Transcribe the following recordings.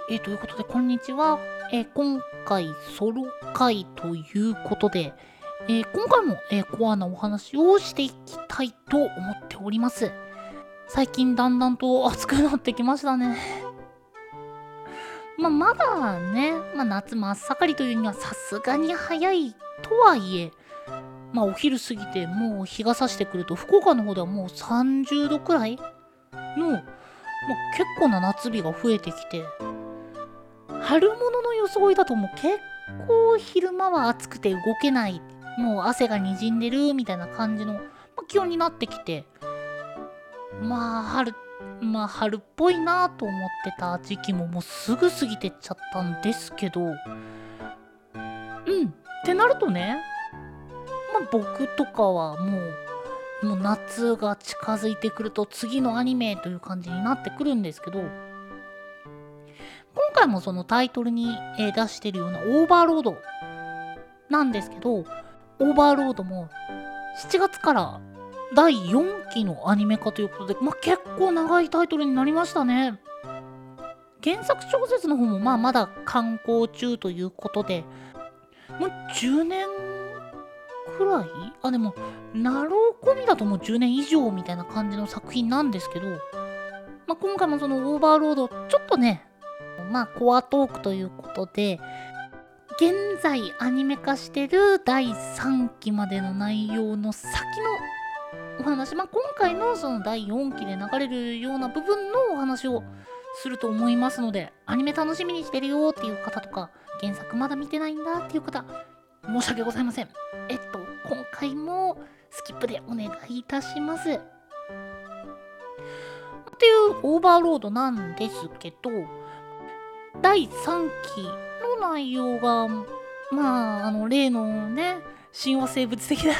ということで、こんにちは。今回、ソロ会ということで、今回も、コアなお話をしていきたいと思っております。最近だんだんと暑くなってきましたね。まだね、夏真っ盛りというにはさすがに早いとはいえ、お昼過ぎてもう日が差してくると、福岡の方ではもう30度くらいの、結構な夏日が増えてきて、春物の装いだともう結構昼間は暑くて動けない、もう汗がにじんでるみたいな感じの、気温になってきて、春、春っぽいなと思ってた時期ももうすぐ過ぎてっちゃったんですけど、ってなるとね、僕とかはもう夏が近づいてくると次のアニメという感じになってくるんですけど、今回もそのタイトルに出してるようなオーバーロードなんですけど、オーバーロードも7月から第4期のアニメ化ということで、結構長いタイトルになりましたね。原作小説の方もまだ刊行中ということで、もう10年くらいでも、ナロー込みだともう10年以上みたいな感じの作品なんですけど、今回もそのオーバーロード、ちょっとね、コアトークということで、現在アニメ化してる第3期までの内容の先のお話、今回のその第4期で流れるような部分のお話をすると思いますので、アニメ楽しみにしてるよっていう方とか、原作まだ見てないんだっていう方、申し訳ございません。今回もスキップでお願いいたします。っていうオーバーロードなんですけど、第3期の内容が、例のね、神話生物的な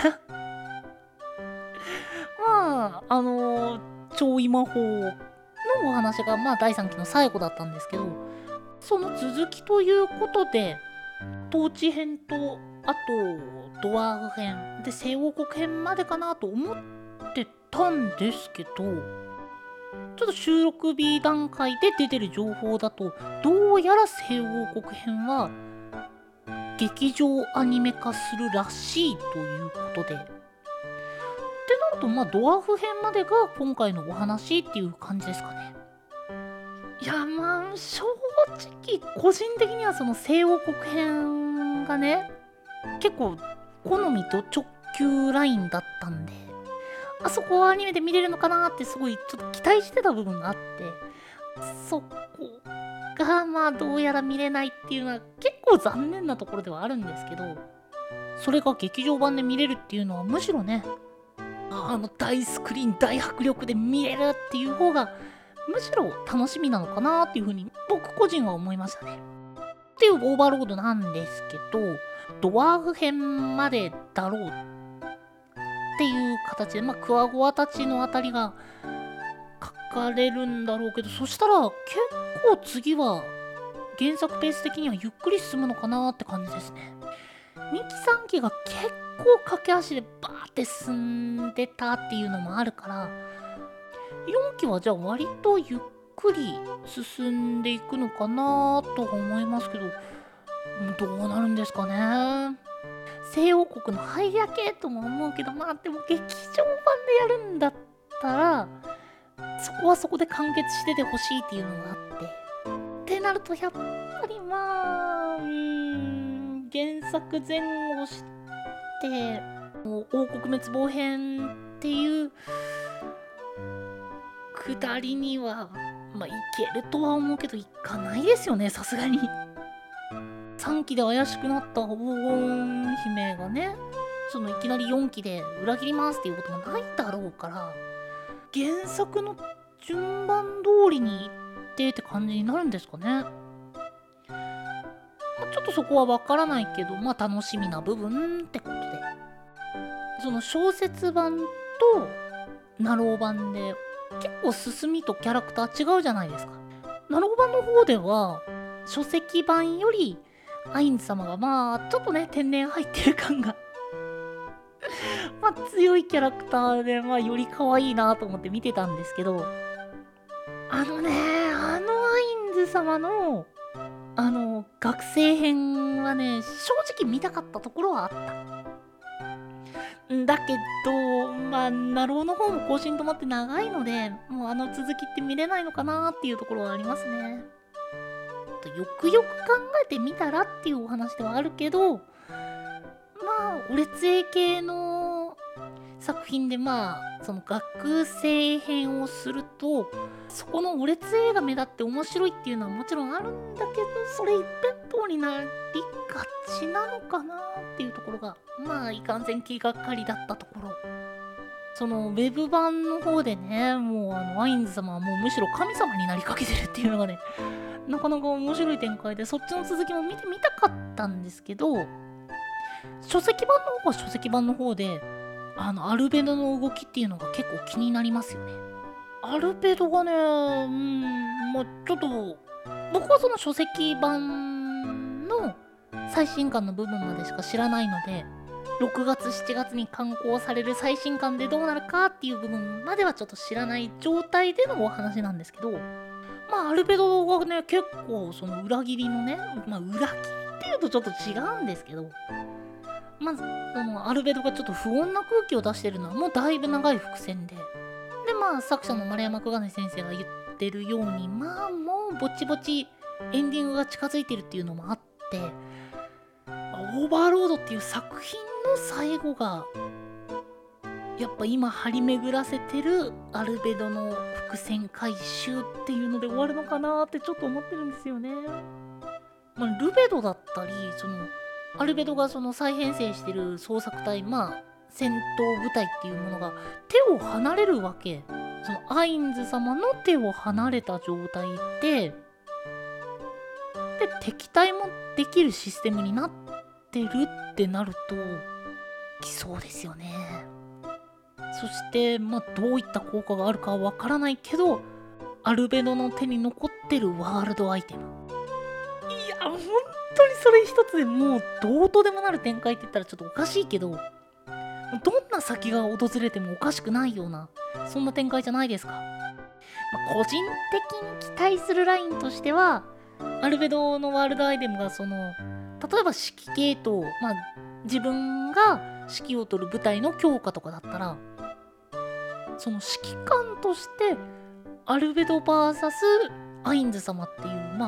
超異魔法のお話が、第3期の最後だったんですけど、その続きということで、統治編と、あと、ドワーフ編、で、西王国編までかなと思ってたんですけど、ちょっと収録日段階で出てる情報だと、どうやら西王国編は、劇場アニメ化するらしいということで、ってなるとドワーフ編までが今回のお話っていう感じですかね。いや正直個人的にはその西王国編がね、結構好みと直球ラインだったんで、あそこはアニメで見れるのかなってすごいちょっと期待してた部分があって、そこがどうやら見れないっていうのは結構残念なところではあるんですけど、それが劇場版で見れるっていうのはむしろね、大スクリーン大迫力で見れるっていう方がむしろ楽しみなのかなっていう風に僕個人は思いましたね。っていうオーバーロードなんですけど、ドワーフ編までだろうっていう形で、クワゴアたちのあたりが書かれるんだろうけど、そしたら結構次は原作ペース的にはゆっくり進むのかなって感じですね。2期3期が結構駆け足でバーって進んでたっていうのもあるから、4期はじゃあ割とゆっくり進んでいくのかなと思いますけど、どうなるんですかね。西王国の配役とも思うけど、でも劇場版でやるんだったら、そこはそこで完結しててほしいっていうのがあって。ってなると、やっぱり原作前後して、王国滅亡編っていうくだりにはいけるとは思うけど、いかないですよね、さすがに。3期で怪しくなった黄金姫がね、そのいきなり4期で裏切りますっていうこともないだろうから、原作の順番通りに行ってって感じになるんですかね。ちょっとそこはわからないけど、楽しみな部分ってことで。その小説版とナロー版で結構進みとキャラクター違うじゃないですか。ナロー版の方では書籍版よりアイン様がちょっとね天然入ってる感が強いキャラクターでより可愛いなと思って見てたんですけど、アインズ様の学生編はね、正直見たかったところはあった。だけど、まあ、ナローの方も更新止まって長いので、もう続きって見れないのかなっていうところはありますね。よくよく考えてみたらっていうお話ではあるけど、まあ、お列絵系の作品でその学生編をすると、そこのお列絵が目立って面白いっていうのはもちろんあるんだけど、それ一辺倒になりがちなのかなっていうところが、いかんせん気がかりだったところ。そのウェブ版の方でね、もうアインズ様はもうむしろ神様になりかけてるっていうのがね、なかなか面白い展開で、そっちの続きも見てみたかったんですけど、書籍版の方は書籍版の方で、アルベドの動きっていうのが結構気になりますよね。アルベドがね、ちょっと、僕はその書籍版の最新刊の部分までしか知らないので、6月、7月に刊行される最新刊でどうなるかっていう部分まではちょっと知らない状態でのお話なんですけど、アルベドがね、結構その裏切りのね、裏切りっていうとちょっと違うんですけど、まずそのアルベドがちょっと不穏な空気を出してるのはもうだいぶ長い伏線で、作者の丸山久我根先生が言ってるように、もうぼちぼちエンディングが近づいてるっていうのもあって、オーバーロードっていう作品の最後がやっぱ今張り巡らせてるアルベドの伏線回収っていうので終わるのかなってちょっと思ってるんですよね。ルベドだったり、そのアルベドがその再編成してる捜索隊、戦闘部隊っていうものが手を離れるわけ。そのアインズ様の手を離れた状態で敵対もできるシステムになってるってなると来そうですよね。そしてどういった効果があるかはわからないけど、アルベドの手に残ってるワールドアイテム、いや本当にそれ一つでもうどうとでもなる展開って言ったらちょっとおかしいけど、どんな先が訪れてもおかしくないような、そんな展開じゃないですか。個人的に期待するラインとしては、アルベドのワールドアイテムがその例えば指揮系統、自分が指揮を取る部隊の強化とかだったら、その指揮官としてアルベド VS アインズ様っていう、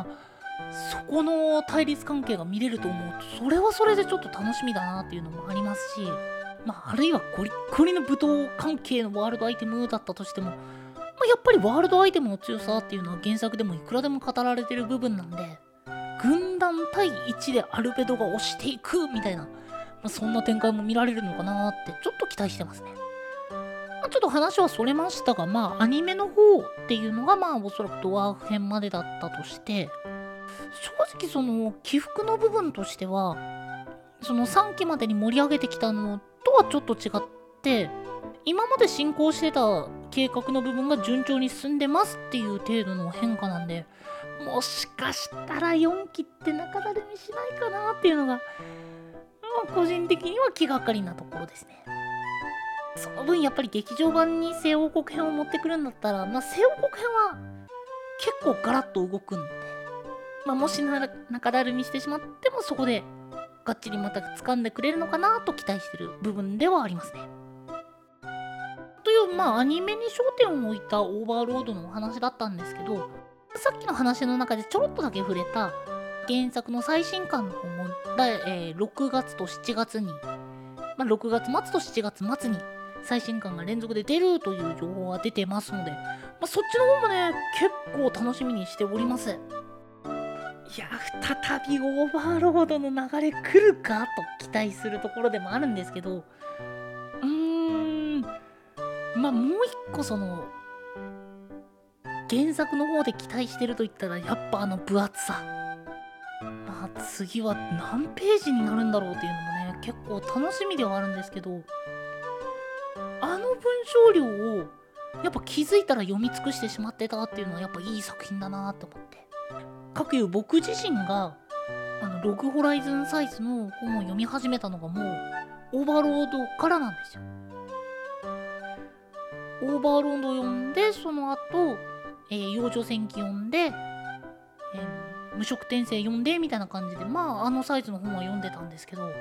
そこの対立関係が見れると思うと、それはそれでちょっと楽しみだなっていうのもありますし、あるいはゴリッゴリの武闘関係のワールドアイテムだったとしても、やっぱりワールドアイテムの強さっていうのは原作でもいくらでも語られてる部分なんで、軍団対1でアルベドが押していくみたいな、そんな展開も見られるのかなってちょっと期待してますね。ちょっと話はそれましたが、アニメの方っていうのがおそらくドワーフ編までだったとして、正直その起伏の部分としては、その3期までに盛り上げてきたのとはちょっと違って、今まで進行してた計画の部分が順調に進んでますっていう程度の変化なんで、もしかしたら4期って中だるみしないかなっていうのが、個人的には気がかりなところですね。その分やっぱり劇場版に西王国編を持ってくるんだったら、西王国編は結構ガラッと動くんで、もし中だるみしてしまってもそこでがっちりまた掴んでくれるのかなと期待してる部分ではありますね。というアニメに焦点を置いたオーバーロードのお話だったんですけど、さっきの話の中でちょろっとだけ触れた原作の最新刊の方も6月と7月に、6月末と7月末に最新刊が連続で出るという情報が出てますので、そっちの方もね結構楽しみにしております。いや再びオーバーロードの流れ来るかと期待するところでもあるんですけど、もう一個その原作の方で期待してると言ったらやっぱ分厚さ、次は何ページになるんだろうっていうのもね結構楽しみではあるんですけど、文章量をやっぱ気づいたら読み尽くしてしまってたっていうのはやっぱいい作品だなと思って、かくいう僕自身がログホライズンサイズの本を読み始めたのがもうオーバーロードからなんですよ。オーバーロード読んで、その後、幼女戦記読んで、 無職転生読んでみたいな感じで、まああのサイズの本は読んでたんですけど、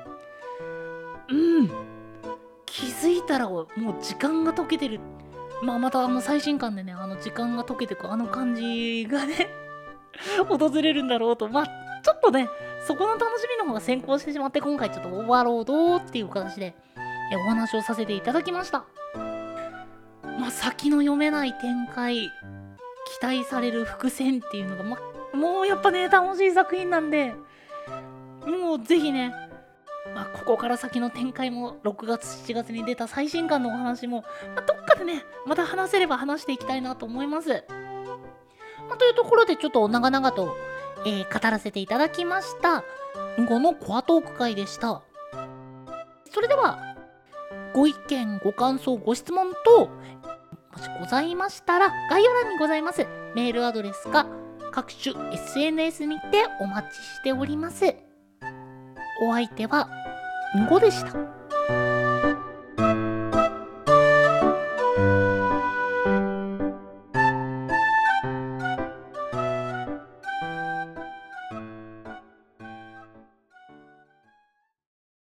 気づいたらもう時間が解けてる。まあまた最新刊でね、時間が解けてく感じがね訪れるんだろうと、まあちょっとね、そこの楽しみの方が先行してしまって、今回ちょっとオーバーロードっていう形でお話をさせていただきました。まあ先の読めない展開、期待される伏線っていうのが、もうやっぱね、楽しい作品なんで、もうぜひね、ここから先の展開も6月7月に出た最新刊のお話も、どっかでねまた話せれば話していきたいなと思います。というところでちょっと長々と、語らせていただきました5のコアトーク会でした。それではご意見ご感想ご質問等もしございましたら、概要欄にございますメールアドレスか各種 SNS にてお待ちしております。お相手はんごでした。